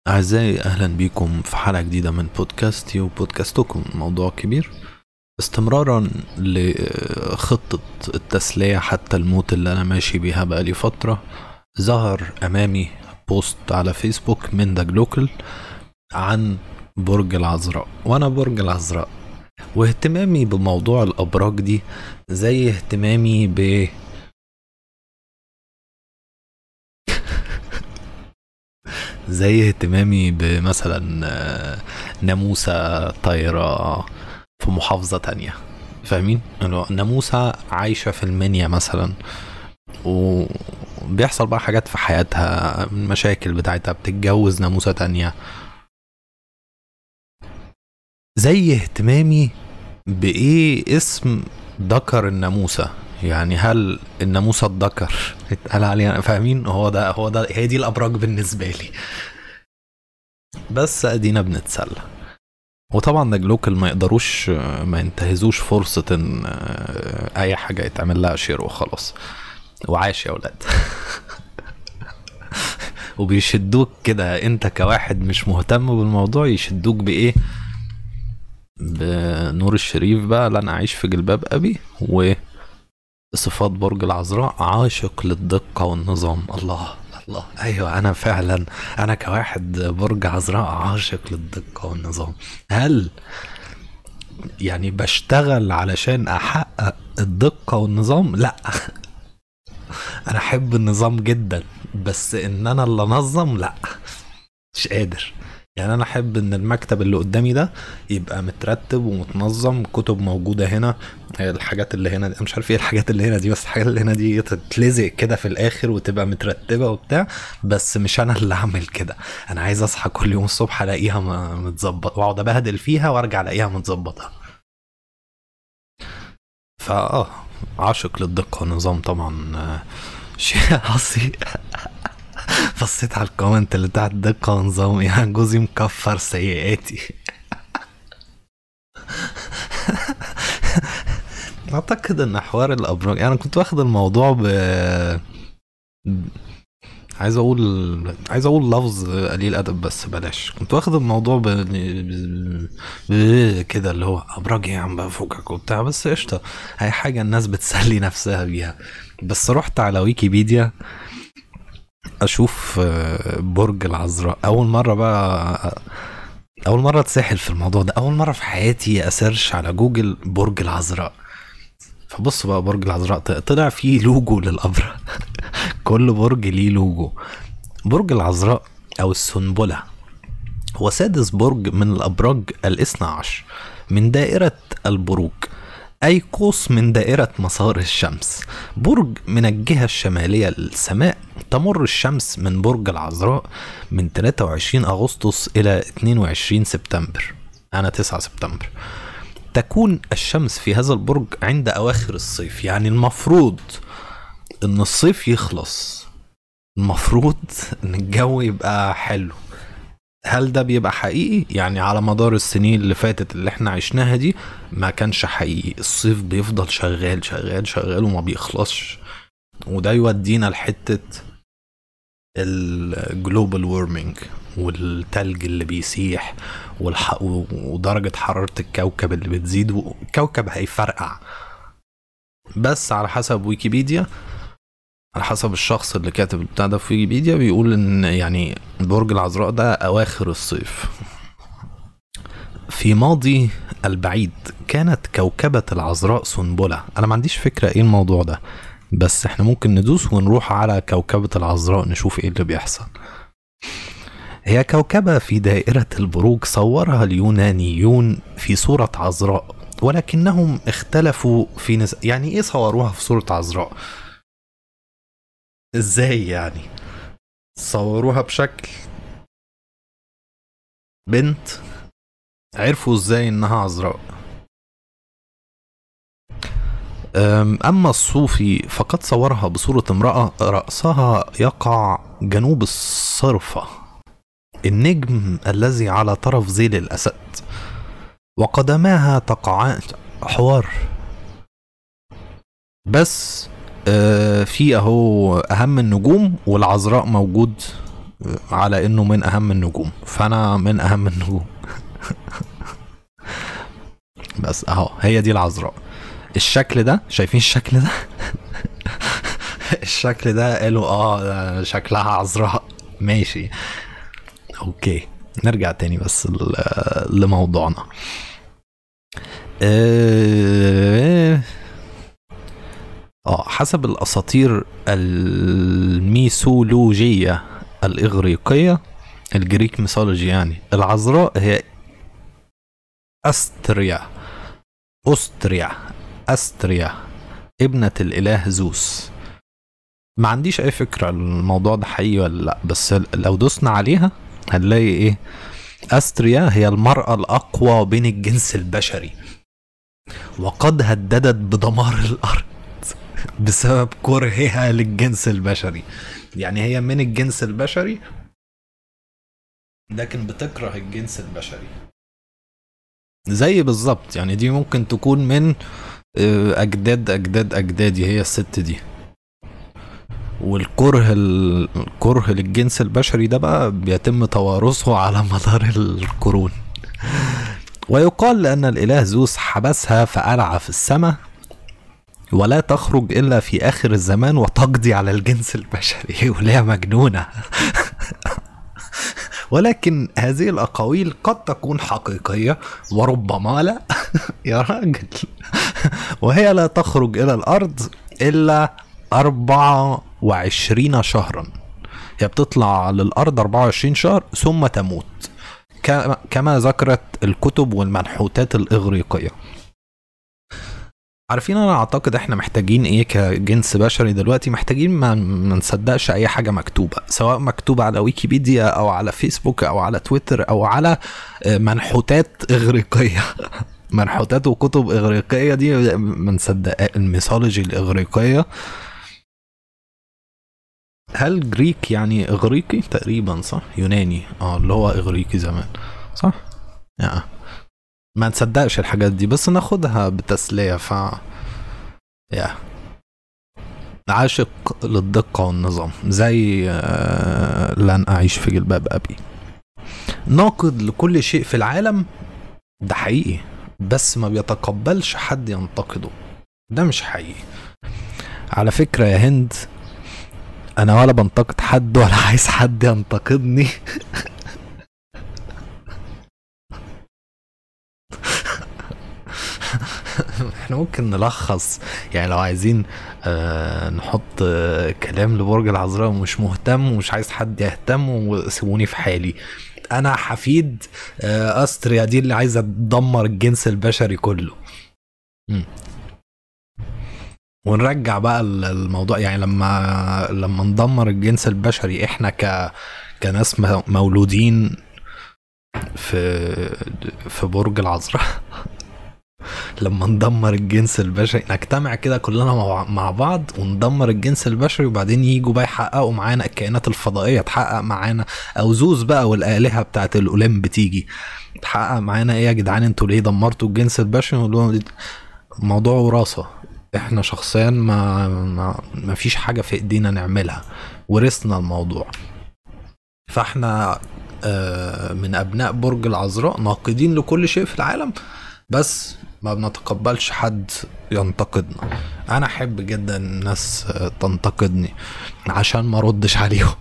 أعزائي أهلا بكم في حلقة جديدة من بودكاستي وبودكاستكم موضوع كبير، استمرارا لخطة التسلية حتى الموت اللي أنا ماشي بيها بقالي فترة. ظهر أمامي بوست على فيسبوك من دجلوكل عن برج العذراء، وأنا برج العذراء، واهتمامي بموضوع الأبراج دي زي اهتمامي بمثلا ناموسة طايرة في محافظة تانية. فاهمين؟ ناموسة عايشة في المنيا مثلا، وبيحصل بقى حاجات في حياتها، المشاكل بتاعتها، بتتجوز ناموسة تانية. زي اهتمامي بإيه اسم ذكر الناموسة، يعني هل الناموسة الذكر اتقال عليها؟ فاهمين؟ هي دي الأبراج بالنسبة لي. بس ادينا بنتسلى، وطبعا دجلوكل ما يقدروش ما ينتهزوش فرصة ان اي حاجة يتعمل لها شير وخلاص. وعاش يا ولاد. وبيشدوك كده انت كواحد مش مهتم بالموضوع، يشدوك بايه؟ بنور الشريف بقى، لن اعيش في جلباب ابي، وصفات برج العذراء: عاشق للدقة والنظام. الله الله، ايوه انا فعلا، انا كواحد برج عذراء عاشق للدقة والنظام. هل يعني بشتغل علشان احقق الدقة والنظام؟ لا. انا احب النظام جدا، بس ان انا اللي انظم لا، مش قادر. يعني انا احب ان المكتب اللي قدامي ده يبقى مترتب ومتنظم، كتب موجودة هنا، الحاجات اللي هنا دي مش عارف ايه الحاجات اللي هنا دي، بس الحاجات اللي هنا دي تتلزق كده في الاخر وتبقى مترتبة وبتاع. بس مش انا اللي اعمل كده، انا عايز اصحى كل يوم الصبح الاقيها متظبط، واقعد ابهدل فيها وارجع الاقيها متظبطة. عاشق للدقة والنظام طبعا. شيء عصي. بصيت على الكومنت اللي تحت: دقة ونظام يعني جوزي مكفر سيئاتي. اعتقد ان حوار الابراج، يعني كنت واخد الموضوع عايز اقول لفظ قليل ادب، بس بلاش. كنت واخد الموضوع كده، اللي هو ابراج ايه يا عم بقى، فوقك وبتاع، بس قشطه، هي حاجه الناس بتسلي نفسها بيها. بس رحت على ويكيبيديا اشوف برج العذراء. اول مره اتسحل في الموضوع ده، اول مره في حياتي اسيرش على جوجل برج العذراء. فبص بقى، برج العذراء طلع فيه لوجو للابراج. كل برج ليه لوجو. برج العذراء او السنبلة هو سادس برج من الابراج الاثنى عشر من دائرة البروج، أي قوس من دائرة مسار الشمس. برج من الجهة الشمالية للسماء. تمر الشمس من برج العذراء من 23 أغسطس إلى 22 سبتمبر. أنا 9 سبتمبر. تكون الشمس في هذا البرج عند أواخر الصيف، يعني المفروض إن الصيف يخلص، المفروض إن الجو يبقى حلو. هل ده بيبقى حقيقي؟ يعني على مدار السنين اللي فاتت اللي احنا عشناها دي ما كانش حقيقي. الصيف بيفضل شغال شغال شغال وما بيخلصش. وده يودينا لحتة الجلوبال وورمينج والتلج اللي بيسيح ودرجة حرارة الكوكب اللي بتزيد، والكوكب هيفرقع. بس على حسب ويكيبيديا، على حسب الشخص اللي كاتب بتاع ده في ويكيبيديا، بيقول ان يعني برج العذراء ده اواخر الصيف. في ماضي البعيد كانت كوكبة العذراء سنبلة. انا ما عنديش فكرة ايه الموضوع ده، بس احنا ممكن ندوس ونروح على كوكبة العذراء نشوف ايه اللي بيحصل. هي كوكبة في دائرة البروج، صورها اليونانيون في صورة عذراء، ولكنهم اختلفوا في يعني ايه صوروها في صورة عذراء؟ ازاي يعني صوروها بشكل بنت؟ عرفوا ازاي انها عذراء؟ اما الصوفي فقد صورها بصورة امرأة رأسها يقع جنوب الصرفة، النجم الذي على طرف ذيل الأسد، وقدماها تقعان. حوار. بس في اهو اهم النجوم والعذراء موجود على انه من اهم النجوم، فانا من اهم النجوم. بس اهو هي دي العذراء. الشكل ده، شايفين الشكل ده؟ الشكل ده قالوا ده شكلها عذراء. ماشي اوكي، نرجع تاني بس لموضوعنا. حسب الاساطير الميثولوجية الاغريقية، الجريك ميثولوجي يعني، العذراء هي أستريا ابنة الإله زوس. ما عنديش أي فكرة الموضوع ده حقيقي ولا لأ، بس لو دوسنا عليها هنلاقي إيه؟ أستريا هي المرأة الأقوى بين الجنس البشري، وقد هددت بدمار الأرض بسبب كرهها للجنس البشري. يعني هي من الجنس البشري لكن بتكره الجنس البشري، زي بالظبط. يعني دي ممكن تكون من أجدادي هي الست دي. والكره للجنس البشري ده بقى بيتم توارثه على مدار القرون. ويقال لأن الإله زوس حبسها فقلع في السماء، ولا تخرج إلا في آخر الزمان وتقضي على الجنس البشري. ولا مجنونة. ولكن هذه الأقاويل قد تكون حقيقية وربما لا. يا راجل. وهي لا تخرج إلى الأرض إلا 24 شهرا. هي بتطلع للأرض 24 شهر ثم تموت، كما ذكرت الكتب والمنحوتات الإغريقية. عارفين، أنا أعتقد إحنا محتاجين إيه كجنس بشري دلوقتي؟ محتاجين ما نصدقش أي حاجة مكتوبة، سواء مكتوبة على ويكيبيديا أو على فيسبوك أو على تويتر أو على منحوتات إغريقية. منحوتات وكتب إغريقية دي ما نصدق. الميثولوجي الإغريقية، هل جريك يعني إغريقي تقريبا صح؟ يوناني اللي هو إغريقي زمان صح؟ ما نصدقش الحاجات دي، بس ناخدها بتسلية. عاشق للدقة والنظام، زي لن أعيش في جلباب أبي. ناقد لكل شيء في العالم، ده حقيقي، بس ما بيتقبلش حد ينتقده، ده مش حقيقي. على فكرة يا هند، أنا ولا بنتقد حد ولا عايز حد ينتقدني. احنا ممكن نلخص، يعني لو عايزين نحط كلام لبرج العذراء: مش مهتم ومش عايز حد يهتم وسيبوني في حالي. انا حفيد أستريا دي اللي عايزة تدمر الجنس البشري كله. ونرجع بقى الموضوع، يعني لما ندمر الجنس البشري احنا كناس مولودين في برج العذراء. لما ندمر الجنس البشري نجتمع كده كلنا مع بعض وندمر الجنس البشري، وبعدين ييجوا بقى يحققوا معانا الكائنات الفضائية تحقق معانا، او زوز بقى والآلهة بتاعت الأولمب تيجي تحقق معانا: ايه يا جدعان انتوا ليه دمرتوا الجنس البشري؟ موضوع وراثة. احنا شخصيا ما فيش حاجة في ايدينا نعملها، ورثنا الموضوع. فاحنا من ابناء برج العذراء ناقدين لكل شيء في العالم، بس ما بنتقبلش حد ينتقدنا. انا احب جدا الناس تنتقدني عشان ما ردش عليهم.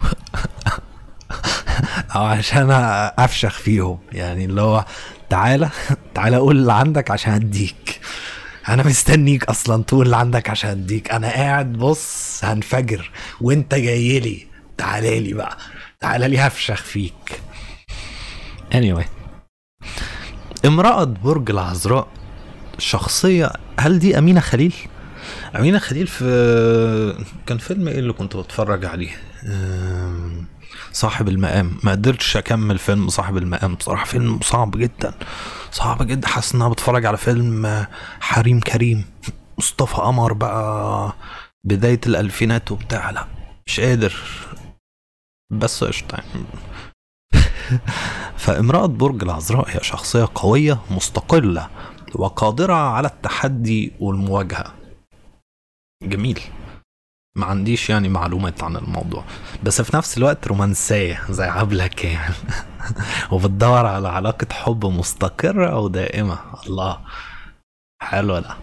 او عشان افشخ فيهم، يعني اللي هو تعالى قول اللي عندك عشان اديك. انا مستنيك اصلا تقول اللي عندك عشان اديك. انا قاعد بص هنفجر وانت جاي لي، تعالى لي بقى، تعالى لي هفشخ فيك. anyway، امرأة برج العذراء شخصية. هل دي أمينة خليل؟ أمينة خليل في كان فيلم ايه اللي كنت بتفرج عليه؟ صاحب المقام. ما قدرتش اكمل فيلم صاحب المقام بصراحة، فيلم صعب جدا. حاسس انها بتفرج على فيلم حريم كريم، مصطفى قمر بقى، بداية الألفينات وبتاع. لا مش قادر، بس قشطة. فامرأة برج العذراء هي شخصية قوية مستقلة وقادرة على التحدي والمواجهة. جميل. ما عنديش يعني معلومات عن الموضوع، بس في نفس الوقت رومانسية زي عبلة كامل. وبتدور على علاقة حب مستقرة أو دائمة. الله، حلو ده.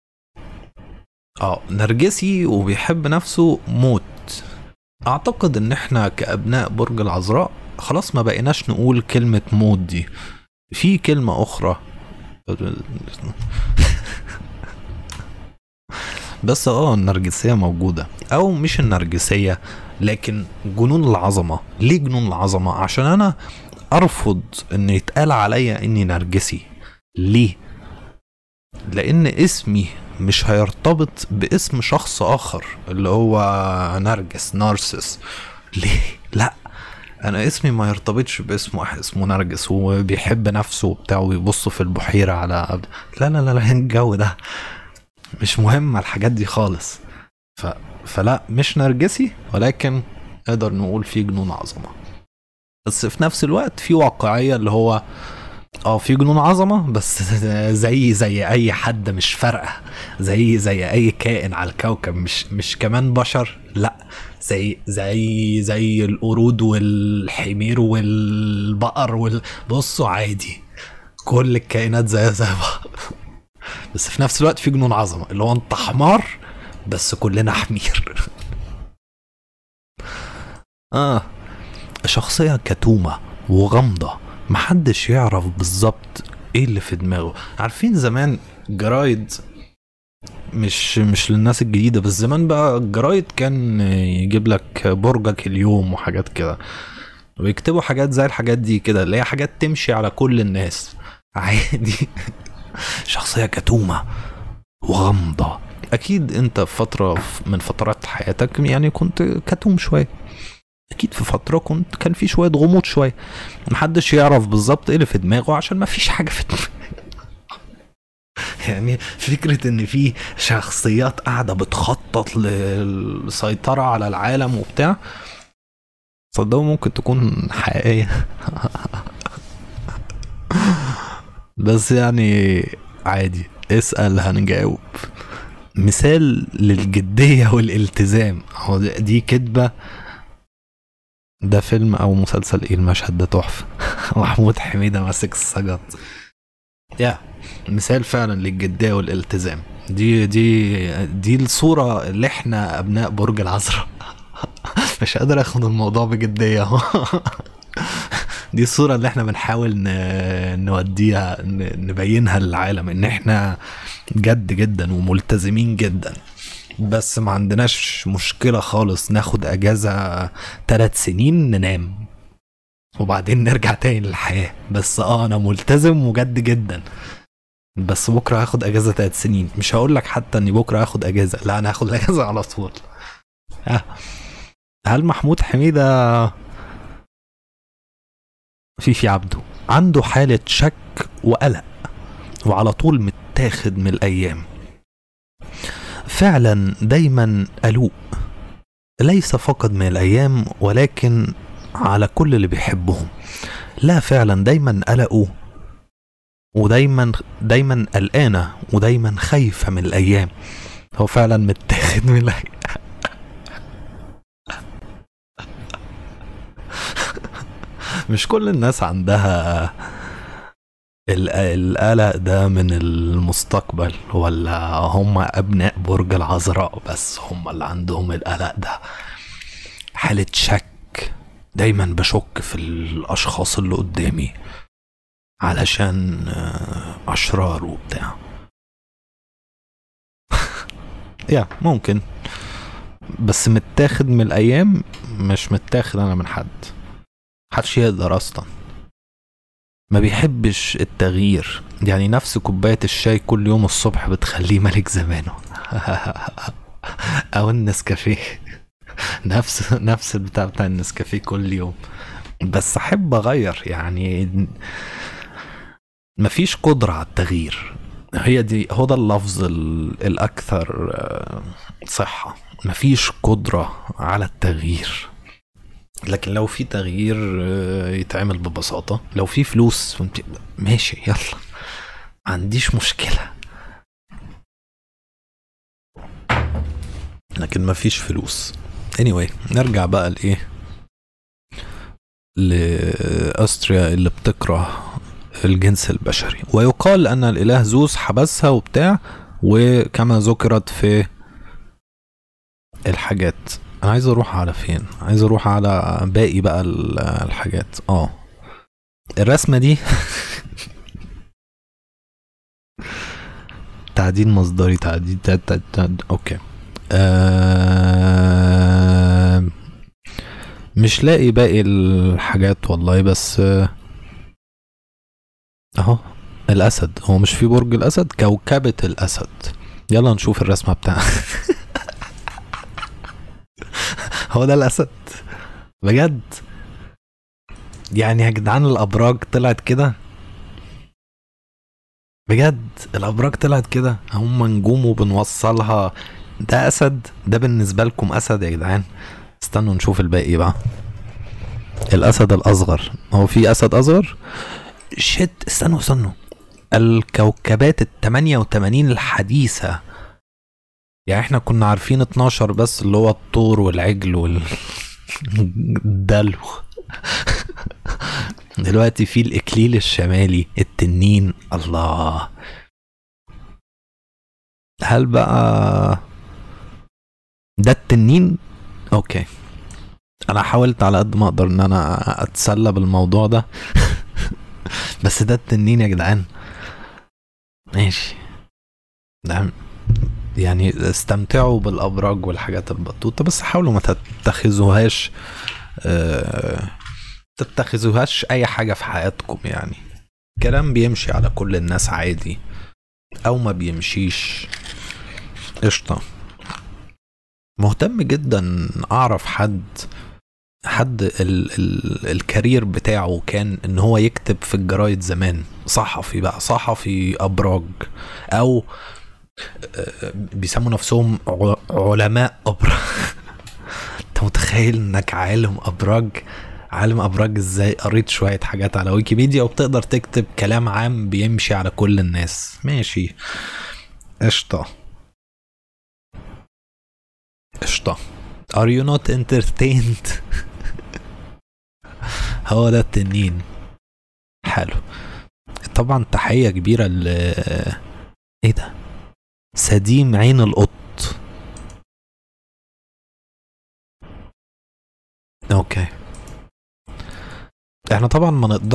نرجسي وبيحب نفسه موت. أعتقد إن إحنا كأبناء برج العذراء خلاص ما بقيناش نقول كلمة موت دي، في كلمة أخرى. بس النرجسية موجودة، او مش النرجسية لكن جنون العظمة. ليه جنون العظمة؟ عشان انا ارفض ان يتقال عليا اني نرجسي. ليه؟ لان اسمي مش هيرتبط باسم شخص اخر اللي هو نرجس، نارسس. ليه؟ لا، انا اسمي ما يرتبطش باسم واحد اسمه نرجس وبيحب نفسه وبتاع ويبص في البحيرة على لا لا لا لا، الجو ده مش مهم الحاجات دي خالص. فلا، مش نرجسي، ولكن نقدر نقول في جنون عظمة. بس في نفس الوقت في واقعية، اللي هو في جنون عظمة بس زي اي حد، مش فارقة. زي اي كائن على الكوكب، مش كمان بشر، لا، زي القرود والحمير والبقر بصوا عادي، كل الكائنات زي بعض. بس في نفس الوقت في جنون عظمة، اللي هو انت حمار بس كلنا حمير. شخصية كتومة وغامضة، محدش يعرف بالظبط ايه اللي في دماغه. عارفين زمان جرايد، مش للناس الجديدة، بس زمان بقى الجرايد كان يجيب لك برجك اليوم وحاجات كده، ويكتبوا حاجات زي الحاجات دي كده، اللي هي حاجات تمشي على كل الناس عادي. شخصية كتومة وغامضة. اكيد انت في فترة من فترات حياتك يعني كنت كتوم شوية، اكيد في فترة كان في شوية غموض شوية، محدش يعرف بالظبط ايه اللي في دماغه عشان ما فيش حاجة في دماغه. يعني فكرة ان في شخصيات قاعدة بتخطط للسيطرة على العالم وبتاع، صدقوا ممكن تكون حقيقية. بس يعني عادي، اسأل هنجاوب. مثال للجدية والالتزام، هو دي كدبة. ده فيلم او مسلسل ايه المشهد ده؟ تحفة. محمود حميدة ماسك السجط. مثال فعلا للجدية والالتزام. دي الصورة اللي احنا ابناء برج العذراء. مش قادر اخد الموضوع بجدية. دي الصورة اللي احنا بنحاول نوديها، نبينها للعالم ان احنا جد جدا وملتزمين جدا، بس ما عندناش مشكلة خالص ناخد اجازة 3 سنين ننام وبعدين نرجع تاني للحياة. بس انا ملتزم وجد جدا، بس بكرة هاخد اجازة 3 سنين. مش هقول لك حتى اني بكرة هاخد اجازة، لا، انا هاخد اجازة على طول. هل محمود حميدة في عبده عنده حالة شك وقلق وعلى طول متاخد من الأيام؟ فعلا دايما قلق، ليس فقط من الأيام ولكن على كل اللي بيحبهم. لا، فعلا دايما قلقه، ودايما قلقانة، ودايما خايفة من الأيام. هو فعلا متاخد من الأيام. مش كل الناس عندها القلق ده من المستقبل، ولا هم أبناء برج العذراء بس هم اللي عندهم القلق ده؟ حالة شك، دايما بشك في الأشخاص اللي قدامي علشان أشرار وبتاع. ممكن، بس متاخد من الأيام، مش متاخد أنا من حد. محدش يقدر أصلا، ما بيحبش التغيير. يعني نفس كوباية الشاي كل يوم الصبح بتخليه ملك زمانه. او النسكافيه. نفس بتاع النسكافيه كل يوم. بس احب اغير، يعني مفيش قدرة على التغيير. هو ده اللفظ الاكثر صحة. مفيش قدرة على التغيير، لكن لو في تغيير يتعمل ببساطة. لو في فلوس ماشي، يلا، عنديش مشكلة. لكن مفيش فلوس. anyway نرجع بقى لايه، لأستريا اللي بتكره الجنس البشري. ويقال أن الإله زوس حبسها وبتاع، وكما ذكرت في الحاجات. أنا عايز أروح على فين؟ عايز أروح على باقي بقى الحاجات. الرسمة دي تعديل مصدري، تعديل اوكي. مش لاقي باقي الحاجات والله، بس اهو الاسد. هو مش في برج الاسد؟ كوكبة الاسد. يلا نشوف الرسمة بتاعها. هو ده الاسد بجد؟ يعني يا جدعان الابراج طلعت كده بجد؟ الابراج طلعت كده، هم نجوم وبنوصلها. ده اسد؟ ده بالنسبة لكم اسد يا جدعان؟ استنوا نشوف الباقي بقى. الاسد الاصغر، هو في اسد اصغر؟ شت، استنوا الكوكبات ال88 الحديثة. يعني احنا كنا عارفين 12 بس، اللي هو الطور والعجل والدلو. دلوقتي في الاكليل الشمالي، التنين. الله، هل بقى ده التنين؟ اوكي، انا حاولت على قد ما اقدر ان انا اتسلى بالموضوع ده. بس ده التنين يا جدعان. ماشي، نعم. يعني استمتعوا بالابراج والحاجات البطوطه، بس حاولوا ما تتخذوهاش تتخذوهاش اي حاجه في حياتكم. يعني كلام بيمشي على كل الناس عادي، او ما بيمشيش قشطه. مهتم جدا اعرف حد الكارير بتاعه كان ان هو يكتب في الجرايد زمان، صحفي بقى، صحفي ابراج، او بيسموا نفسهم علماء ابراج. انت متخيل انك عالم ابراج؟ عالم ابراج ازاي؟ قريت شويه حاجات على ويكيبيديا وبتقدر تكتب كلام عام بيمشي على كل الناس. ماشي قشطه قشطه. Are you not entertained؟ هو ده التنين. حلو. طبعا تحيه كبيره ايه ده؟ سديم عين القط. اوكي، احنا طبعا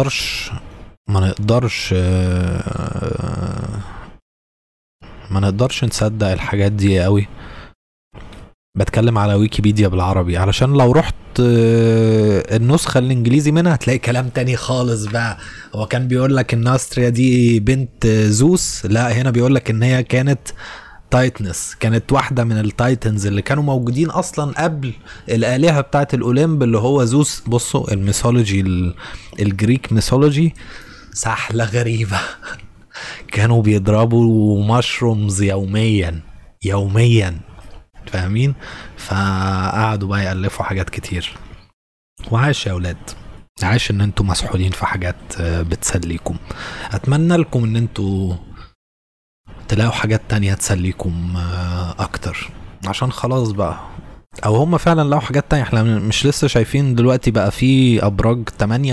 ما نقدرش نصدق الحاجات دي قوي. بتكلم على ويكيبيديا بالعربي، علشان لو رحت النسخة الانجليزي منها هتلاقي كلام تاني خالص بقى. هو كان بيقول لك ان استريا دي بنت زوس، لا هنا بيقول لك ان هي كانت تايتنس، كانت واحدة من التايتنز اللي كانوا موجودين اصلا قبل الالهة بتاعت الاولمب اللي هو زوس. بصوا الميثولوجي الجريك ميثولوجي سحلة غريبة. كانوا بيضربوا مشرومز يوميا فاهمين؟ فقعدوا بقى يألفوا حاجات كتير. وعاش يا اولاد، عاش ان انتوا مسحولين في حاجات بتسليكم. اتمنى لكم ان انتوا تلاقوا حاجات تانية تسليكم اكتر، عشان خلاص بقى. او هم فعلا لقوا حاجات تانية. احنا مش لسه شايفين دلوقتي بقى في ابراج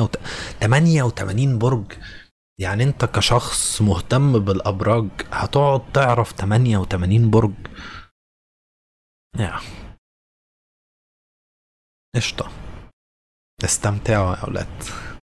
88 برج؟ يعني انت كشخص مهتم بالابراج هتقعد تعرف 88 برج؟ يا قشطة، استمتعوا يا اولاد.